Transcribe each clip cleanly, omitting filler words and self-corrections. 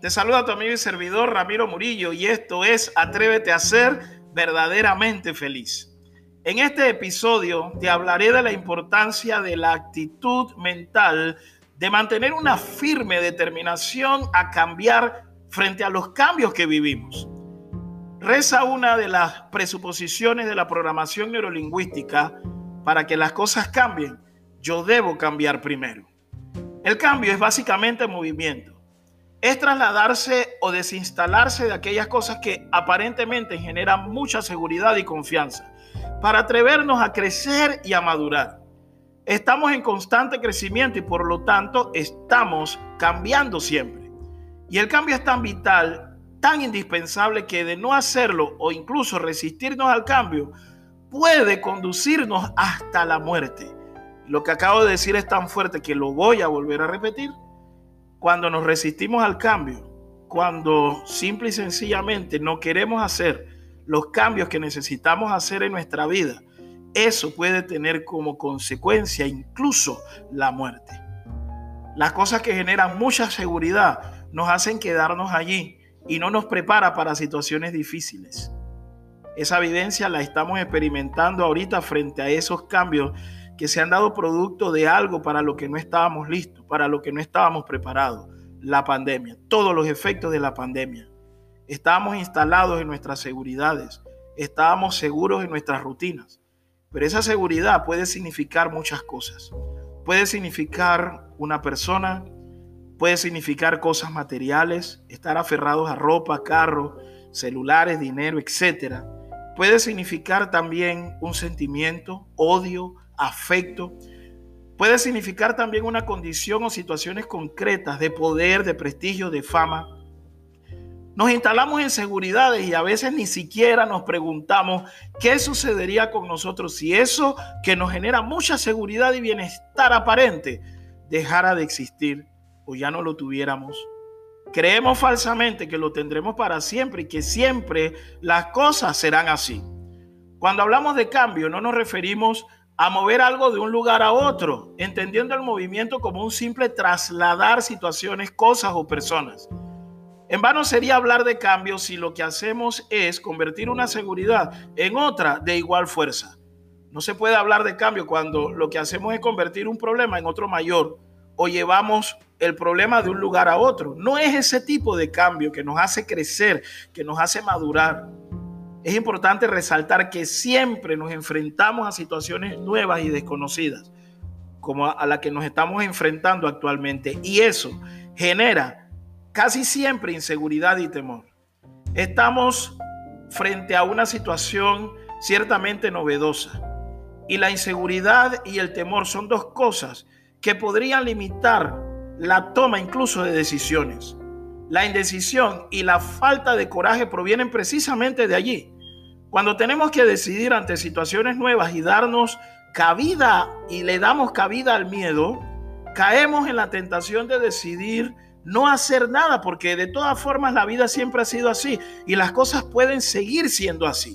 Te saluda tu amigo y servidor Ramiro Murillo y esto es Atrévete a ser verdaderamente feliz. En este episodio te hablaré de la importancia de la actitud mental de mantener una firme determinación a cambiar frente a los cambios que vivimos. Reza una de las presuposiciones de la programación neurolingüística: para que las cosas cambien, yo debo cambiar primero. El cambio es básicamente movimiento. Es trasladarse o desinstalarse de aquellas cosas que aparentemente generan mucha seguridad y confianza, para atrevernos a crecer y a madurar. Estamos en constante crecimiento y por lo tanto estamos cambiando siempre. Y el cambio es tan vital, tan indispensable, que de no hacerlo o incluso resistirnos al cambio puede conducirnos hasta la muerte. Lo que acabo de decir es tan fuerte que lo voy a volver a repetir. Cuando nos resistimos al cambio, cuando simple y sencillamente no queremos hacer los cambios que necesitamos hacer en nuestra vida, eso puede tener como consecuencia incluso la muerte. Las cosas que generan mucha seguridad nos hacen quedarnos allí y no nos prepara para situaciones difíciles. Esa vivencia la estamos experimentando ahorita frente a esos cambios que se han dado producto de algo para lo que no estábamos listos, para lo que no estábamos preparados: la pandemia, todos los efectos de la pandemia. Estábamos instalados en nuestras seguridades, estábamos seguros en nuestras rutinas, pero esa seguridad puede significar muchas cosas. Puede significar una persona, puede significar cosas materiales, estar aferrados a ropa, carro, celulares, dinero, etc. Puede significar también un sentimiento, odio, afecto. Puede significar también una condición o situaciones concretas de poder, de prestigio, de fama. Nos instalamos en seguridades y a veces ni siquiera nos preguntamos qué sucedería con nosotros si eso que nos genera mucha seguridad y bienestar aparente dejara de existir o ya no lo tuviéramos. Creemos falsamente que lo tendremos para siempre y que siempre las cosas serán así. Cuando hablamos de cambio, no nos referimos a mover algo de un lugar a otro, entendiendo el movimiento como un simple trasladar situaciones, cosas o personas. En vano sería hablar de cambio si lo que hacemos es convertir una seguridad en otra de igual fuerza. No se puede hablar de cambio cuando lo que hacemos es convertir un problema en otro mayor o llevamos el problema de un lugar a otro. No es ese tipo de cambio que nos hace crecer, que nos hace madurar. Es importante resaltar que siempre nos enfrentamos a situaciones nuevas y desconocidas, como a la que nos estamos enfrentando actualmente, y eso genera casi siempre inseguridad y temor. Estamos frente a una situación ciertamente novedosa, y la inseguridad y el temor son dos cosas que podrían limitar la toma incluso de decisiones. La indecisión y la falta de coraje provienen precisamente de allí. Cuando tenemos que decidir ante situaciones nuevas y darnos cabida y le damos cabida al miedo, caemos en la tentación de decidir no hacer nada, porque de todas formas la vida siempre ha sido así y las cosas pueden seguir siendo así.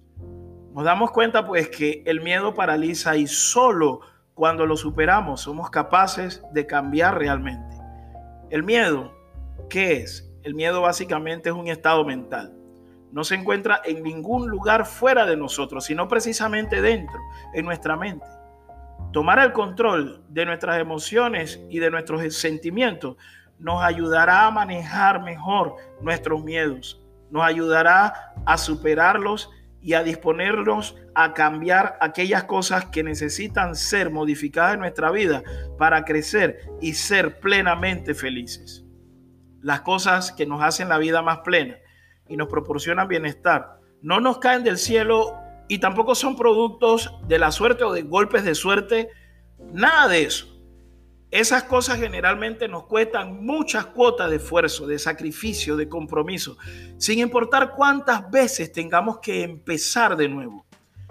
Nos damos cuenta pues que el miedo paraliza y solo cuando lo superamos somos capaces de cambiar realmente. El miedo, ¿qué es? El miedo básicamente es un estado mental. No se encuentra en ningún lugar fuera de nosotros, sino precisamente dentro, en nuestra mente. Tomar el control de nuestras emociones y de nuestros sentimientos nos ayudará a manejar mejor nuestros miedos, nos ayudará a superarlos y a disponernos a cambiar aquellas cosas que necesitan ser modificadas en nuestra vida para crecer y ser plenamente felices. Las cosas que nos hacen la vida más plena y nos proporcionan bienestar no nos caen del cielo y tampoco son productos de la suerte o de golpes de suerte, nada de eso. Esas cosas generalmente nos cuestan muchas cuotas de esfuerzo, de sacrificio, de compromiso, sin importar cuántas veces tengamos que empezar de nuevo.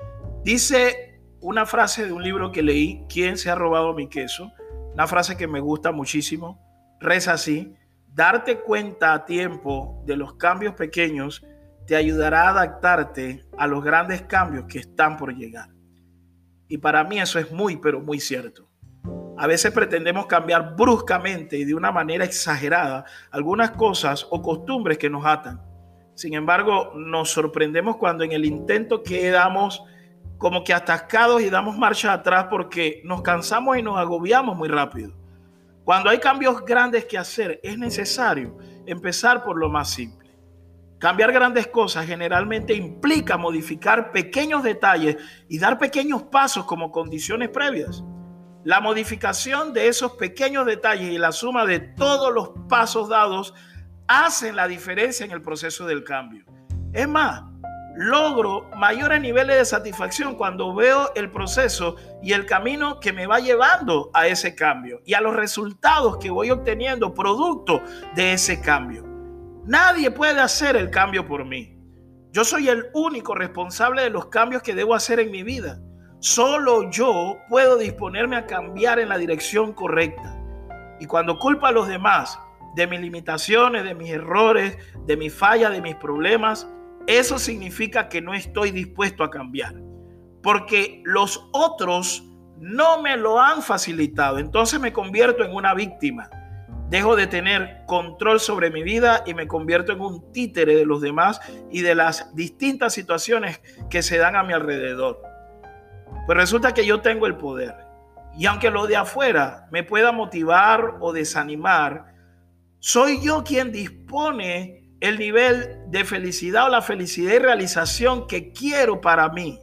Dice una frase de un libro que leí, ¿Quién se ha robado mi queso? Una frase que me gusta muchísimo. Reza así: darte cuenta a tiempo de los cambios pequeños te ayudará a adaptarte a los grandes cambios que están por llegar. Y para mí eso es muy, pero muy cierto. A veces pretendemos cambiar bruscamente y de una manera exagerada algunas cosas o costumbres que nos atan. Sin embargo, nos sorprendemos cuando en el intento quedamos como que atascados y damos marcha atrás porque nos cansamos y nos agobiamos muy rápido. Cuando hay cambios grandes que hacer, es necesario empezar por lo más simple. Cambiar grandes cosas generalmente implica modificar pequeños detalles y dar pequeños pasos como condiciones previas. La modificación de esos pequeños detalles y la suma de todos los pasos dados hacen la diferencia en el proceso del cambio. Es más, logro mayores niveles de satisfacción cuando veo el proceso y el camino que me va llevando a ese cambio y a los resultados que voy obteniendo producto de ese cambio. Nadie puede hacer el cambio por mí. Yo soy el único responsable de los cambios que debo hacer en mi vida. Solo yo puedo disponerme a cambiar en la dirección correcta. Y cuando culpo a los demás de mis limitaciones, de mis errores, de mis fallas, de mis problemas, eso significa que no estoy dispuesto a cambiar. Porque los otros no me lo han facilitado. Entonces me convierto en una víctima. Dejo de tener control sobre mi vida y me convierto en un títere de los demás y de las distintas situaciones que se dan a mi alrededor. Pues resulta que yo tengo el poder. Y aunque lo de afuera me pueda motivar o desanimar, soy yo quien dispone el nivel de felicidad o la felicidad y realización que quiero para mí.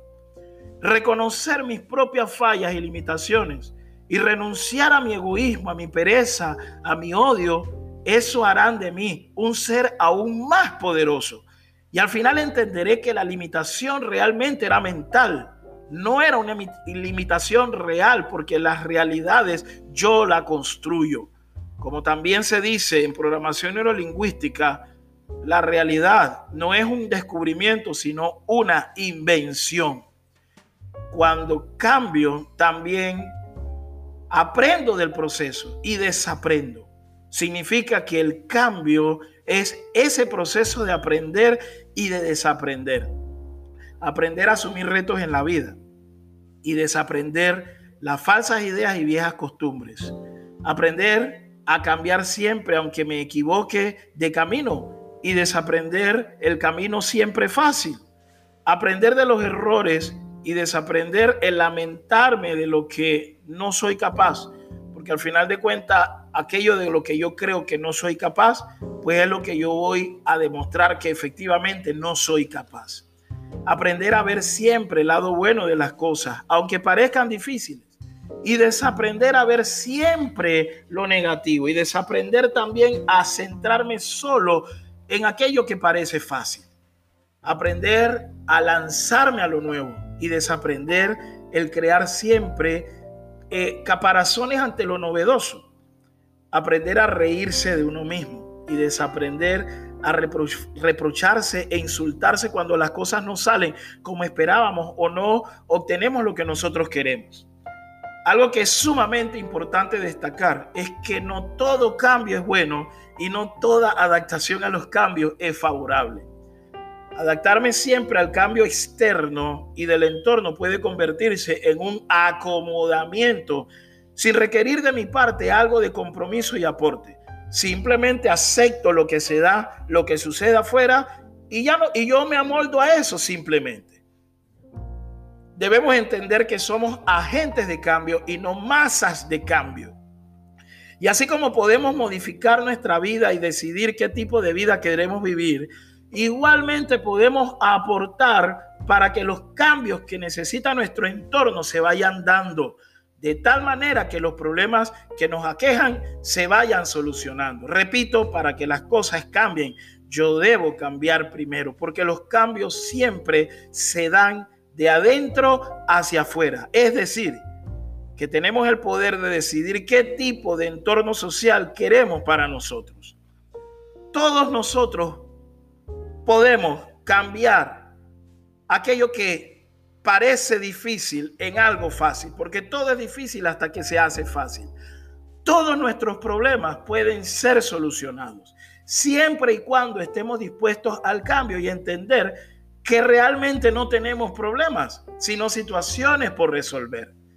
Reconocer mis propias fallas y limitaciones y renunciar a mi egoísmo, a mi pereza, a mi odio, eso harán de mí un ser aún más poderoso. Y al final entenderé que la limitación realmente era mental. No era una limitación real, porque las realidades yo las construyo. Como también se dice en programación neurolingüística, la realidad no es un descubrimiento, sino una invención. Cuando cambio, también aprendo del proceso y desaprendo. Significa que el cambio es ese proceso de aprender y de desaprender. Aprender a asumir retos en la vida y desaprender las falsas ideas y viejas costumbres. Aprender a cambiar siempre aunque me equivoque de camino y desaprender el camino siempre fácil. Aprender de los errores y desaprender el lamentarme de lo que no soy capaz. Porque al final de cuentas, aquello de lo que yo creo que no soy capaz, pues es lo que yo voy a demostrar que efectivamente no soy capaz. Aprender a ver siempre el lado bueno de las cosas, aunque parezcan difíciles. Y desaprender a ver siempre lo negativo. Y desaprender también a centrarme solo en aquello que parece fácil. Aprender a lanzarme a lo nuevo y desaprender el crear siempre caparazones ante lo novedoso. Aprender a reírse de uno mismo y desaprender a reprocharse e insultarse cuando las cosas no salen como esperábamos o no obtenemos lo que nosotros queremos. Algo que es sumamente importante destacar es que no todo cambio es bueno y no toda adaptación a los cambios es favorable. Adaptarme siempre al cambio externo y del entorno puede convertirse en un acomodamiento sin requerir de mi parte algo de compromiso y aporte. Simplemente acepto lo que se da, lo que sucede afuera y yo me amoldo a eso simplemente. Debemos entender que somos agentes de cambio y no masas de cambio. Y así como podemos modificar nuestra vida y decidir qué tipo de vida queremos vivir, igualmente podemos aportar para que los cambios que necesita nuestro entorno se vayan dando, de tal manera que los problemas que nos aquejan se vayan solucionando. Repito, para que las cosas cambien, yo debo cambiar primero, porque los cambios siempre se dan de adentro hacia afuera. Es decir, que tenemos el poder de decidir qué tipo de entorno social queremos para nosotros. Todos nosotros podemos cambiar aquello que parece difícil en algo fácil, porque todo es difícil hasta que se hace fácil. Todos nuestros problemas pueden ser solucionados, siempre y cuando estemos dispuestos al cambio y entender que realmente no tenemos problemas, sino situaciones por resolver.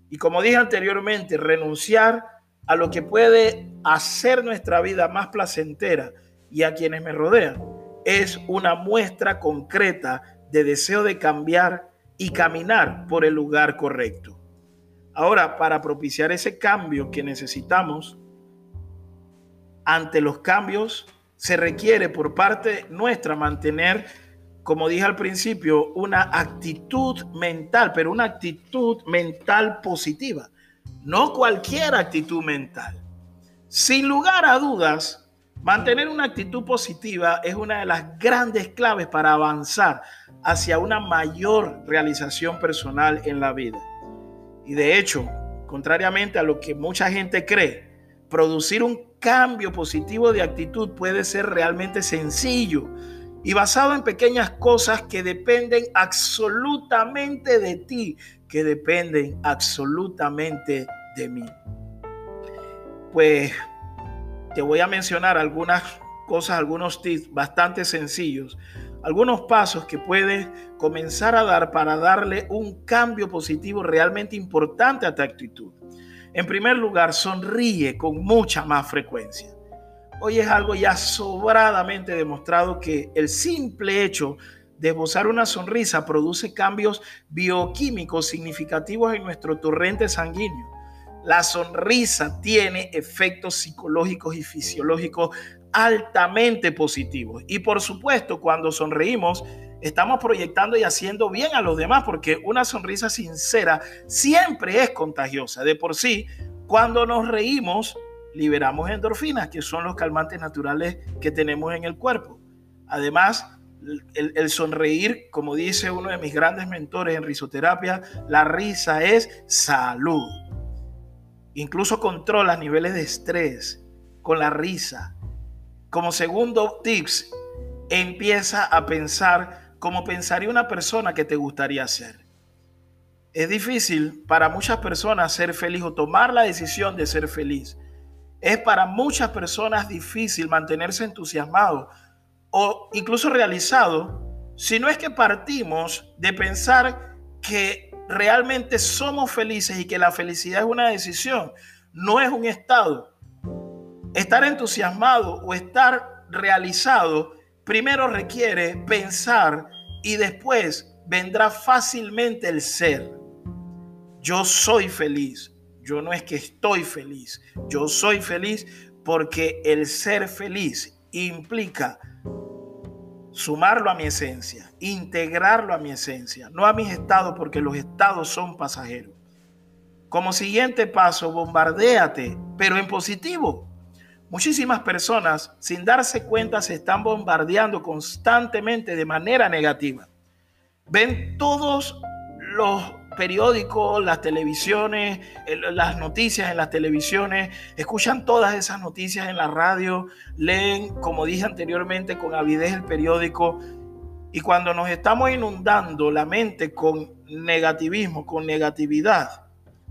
Y como dije anteriormente, renunciar a lo que puede hacer nuestra vida más placentera y a quienes me rodean es una muestra concreta de deseo de cambiar y caminar por el lugar correcto. Ahora, para propiciar ese cambio que necesitamos, ante los cambios se requiere por parte nuestra mantener, como dije al principio, una actitud mental, pero una actitud mental positiva, no cualquier actitud mental. Sin lugar a dudas, mantener una actitud positiva es una de las grandes claves para avanzar hacia una mayor realización personal en la vida. Y de hecho, contrariamente a lo que mucha gente cree, producir un cambio positivo de actitud puede ser realmente sencillo y basado en pequeñas cosas que dependen absolutamente de ti, que dependen absolutamente de mí. Pues te voy a mencionar algunas cosas, algunos tips bastante sencillos, algunos pasos que puedes comenzar a dar para darle un cambio positivo realmente importante a tu actitud. En primer lugar, sonríe con mucha más frecuencia. Hoy es algo ya sobradamente demostrado que el simple hecho de esbozar una sonrisa produce cambios bioquímicos significativos en nuestro torrente sanguíneo. La sonrisa tiene efectos psicológicos y fisiológicos altamente positivos. Y por supuesto, cuando sonreímos, estamos proyectando y haciendo bien a los demás, porque una sonrisa sincera siempre es contagiosa. De por sí, cuando nos reímos, liberamos endorfinas, que son los calmantes naturales que tenemos en el cuerpo. Además, el sonreír, como dice uno de mis grandes mentores en risoterapia, la risa es salud. Incluso controla niveles de estrés con la risa. Como segundo tips, empieza a pensar como pensaría una persona que te gustaría ser. Es difícil para muchas personas ser feliz o tomar la decisión de ser feliz. Es para muchas personas difícil mantenerse entusiasmado o incluso realizado si no es que partimos de pensar que realmente somos felices y que la felicidad es una decisión, no es un estado. Estar entusiasmado o estar realizado primero requiere pensar y después vendrá fácilmente el ser. Yo soy feliz. Yo no es que estoy feliz. Yo soy feliz porque el ser feliz implica sumarlo a mi esencia, integrarlo a mi esencia, no a mis estados, porque los estados son pasajeros. Como siguiente paso, bombardéate, pero en positivo. Muchísimas personas, sin darse cuenta, se están bombardeando constantemente de manera negativa. Ven todos los periódicos, las televisiones, las noticias en las televisiones, escuchan todas esas noticias en la radio, leen, como dije anteriormente, con avidez el periódico. Y cuando nos estamos inundando la mente con negativismo, con negatividad,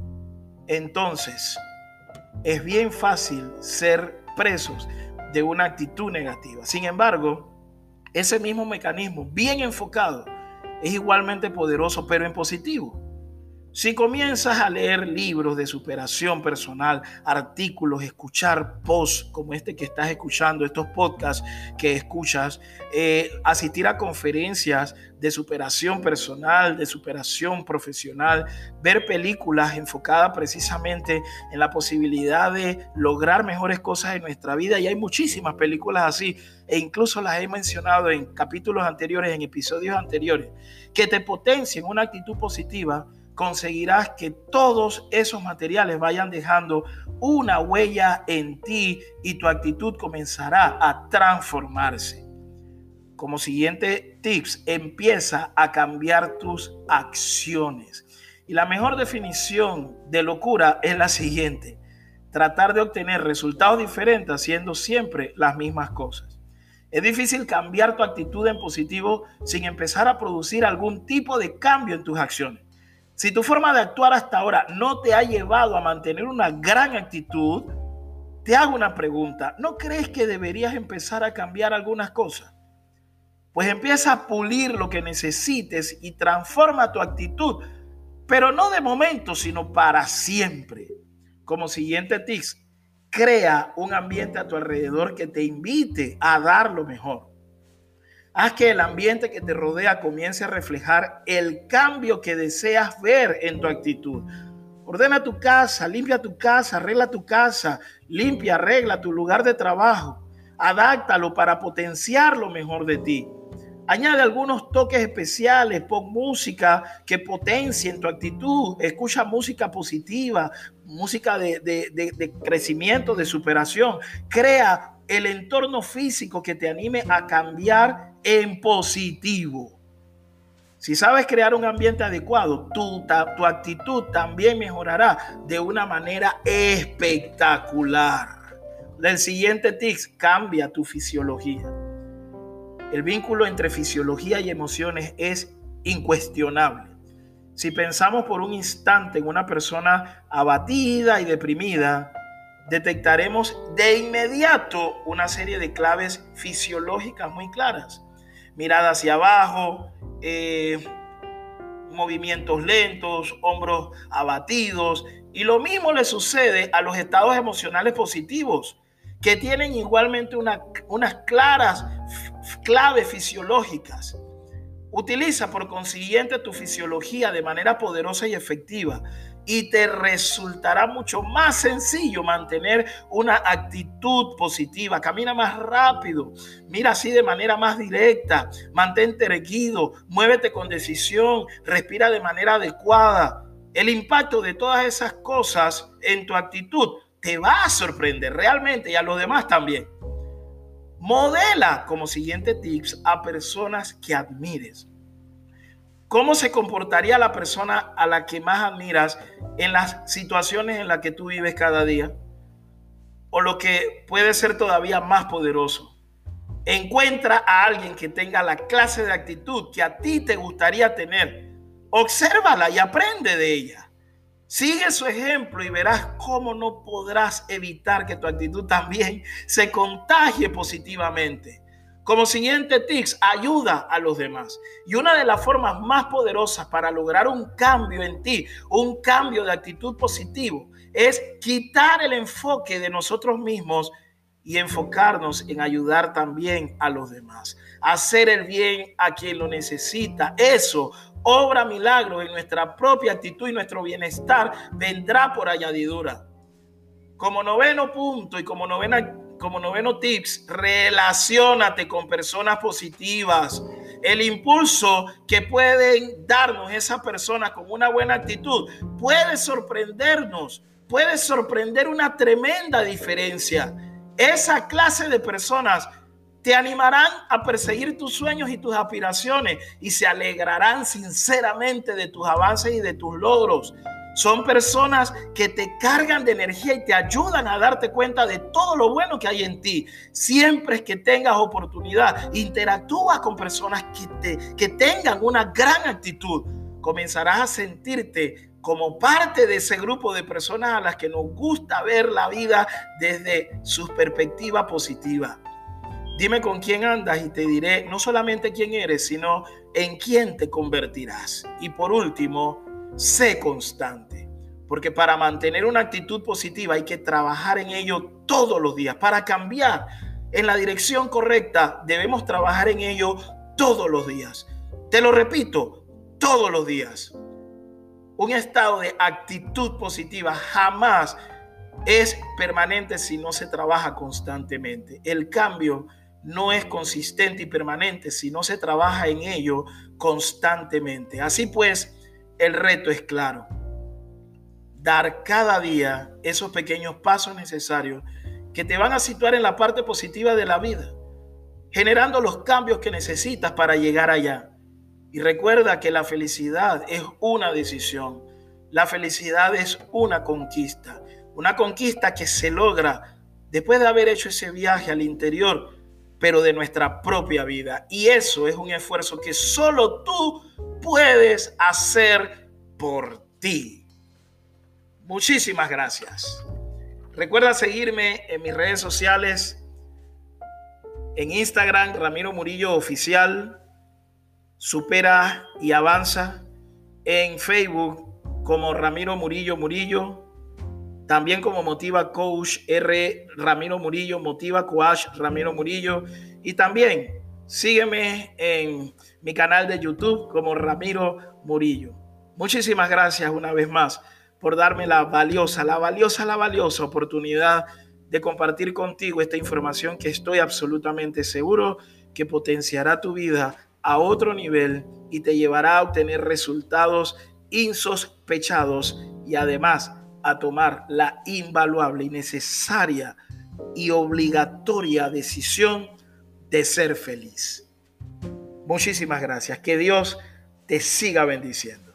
entonces es bien fácil ser presos de una actitud negativa. Sin embargo, ese mismo mecanismo, bien enfocado, es igualmente poderoso, pero en positivo. Si comienzas a leer libros de superación personal, artículos, escuchar posts como este que estás escuchando, estos podcasts que escuchas, asistir a conferencias de superación personal, de superación profesional, ver películas enfocadas precisamente en la posibilidad de lograr mejores cosas en nuestra vida, y hay muchísimas películas así, e incluso las he mencionado en capítulos anteriores, en episodios anteriores, que te potencien una actitud positiva, conseguirás que todos esos materiales vayan dejando una huella en ti y tu actitud comenzará a transformarse. Como siguiente tips, empieza a cambiar tus acciones. Y la mejor definición de locura es la siguiente: tratar de obtener resultados diferentes haciendo siempre las mismas cosas. Es difícil cambiar tu actitud en positivo sin empezar a producir algún tipo de cambio en tus acciones. Si tu forma de actuar hasta ahora no te ha llevado a mantener una gran actitud, te hago una pregunta. ¿No crees que deberías empezar a cambiar algunas cosas? Pues empieza a pulir lo que necesites y transforma tu actitud pero no de momento, sino para siempre. Como siguiente tips, crea un ambiente a tu alrededor que te invite a dar lo mejor. Haz que el ambiente que te rodea comience a reflejar el cambio que deseas ver en tu actitud. Ordena tu casa, limpia tu casa, arregla tu casa, limpia, arregla tu lugar de trabajo. Adáptalo para potenciar lo mejor de ti. Añade algunos toques especiales, pon música que potencie en tu actitud, escucha música positiva, música de crecimiento, de superación. Crea el entorno físico que te anime a cambiar en positivo. Si sabes crear un ambiente adecuado, tu actitud también mejorará de una manera espectacular. El siguiente tip, cambia tu fisiología. El vínculo entre fisiología y emociones es incuestionable. Si pensamos por un instante en una persona abatida y deprimida, detectaremos de inmediato una serie de claves fisiológicas muy claras. Mirada hacia abajo, movimientos lentos, hombros abatidos. Y lo mismo le sucede a los estados emocionales positivos, que tienen igualmente unas claras claves fisiológicas. Utiliza por consiguiente tu fisiología de manera poderosa y efectiva y te resultará mucho más sencillo mantener una actitud positiva. Camina más rápido, mira así de manera más directa, mantente erguido, muévete con decisión, respira de manera adecuada. El impacto de todas esas cosas en tu actitud te va a sorprender realmente y a los demás también. Modela como siguiente tips a personas que admires. ¿Cómo se comportaría la persona a la que más admiras en las situaciones en las que tú vives cada día? O lo que puede ser todavía más poderoso. Encuentra a alguien que tenga la clase de actitud que a ti te gustaría tener. Obsérvala y aprende de ella. Sigue su ejemplo y verás cómo no podrás evitar que tu actitud también se contagie positivamente. Como siguiente tips, ayuda a los demás. Y una de las formas más poderosas para lograr un cambio en ti, un cambio de actitud positivo, es quitar el enfoque de nosotros mismos y enfocarnos en ayudar también a los demás. Hacer el bien a quien lo necesita. Eso obra milagros en nuestra propia actitud y nuestro bienestar vendrá por añadidura. Como noveno punto y como noveno tips, relaciónate con personas positivas. El impulso que pueden darnos esas personas con una buena actitud puede sorprendernos, puede sorprender una tremenda diferencia. Esa clase de personas te animarán a perseguir tus sueños y tus aspiraciones y se alegrarán sinceramente de tus avances y de tus logros. Son personas que te cargan de energía y te ayudan a darte cuenta de todo lo bueno que hay en ti. Siempre que tengas oportunidad, interactúa con personas que tengan una gran actitud. Comenzarás a sentirte como parte de ese grupo de personas a las que nos gusta ver la vida desde su perspectiva positiva. Dime con quién andas y te diré no solamente quién eres, sino en quién te convertirás. Y por último, sé constante, porque para mantener una actitud positiva hay que trabajar en ello todos los días. Para cambiar en la dirección correcta, debemos trabajar en ello todos los días. Te lo repito, todos los días. Un estado de actitud positiva jamás es permanente si no se trabaja constantemente. El cambio no es consistente y permanente si no se trabaja en ello constantemente. Así pues, el reto es claro. Dar cada día esos pequeños pasos necesarios que te van a situar en la parte positiva de la vida, generando los cambios que necesitas para llegar allá. Y recuerda que la felicidad es una decisión. La felicidad es una conquista que se logra después de haber hecho ese viaje al interior, pero de nuestra propia vida. Y eso es un esfuerzo que solo tú puedes hacer por ti. Muchísimas gracias. Recuerda seguirme en mis redes sociales, en Instagram, Ramiro Murillo Oficial, Supera y Avanza, en Facebook, como Ramiro Murillo Murillo, también como Motiva Coach R. Ramiro Murillo, Motiva Coach Ramiro Murillo, y también sígueme en mi canal de YouTube como Ramiro Murillo. Muchísimas gracias una vez más por darme la valiosa oportunidad de compartir contigo esta información que estoy absolutamente seguro que potenciará tu vida a otro nivel y te llevará a obtener resultados insospechados y además a tomar la invaluable y necesaria y obligatoria decisión de ser feliz. Muchísimas gracias. Que Dios te siga bendiciendo.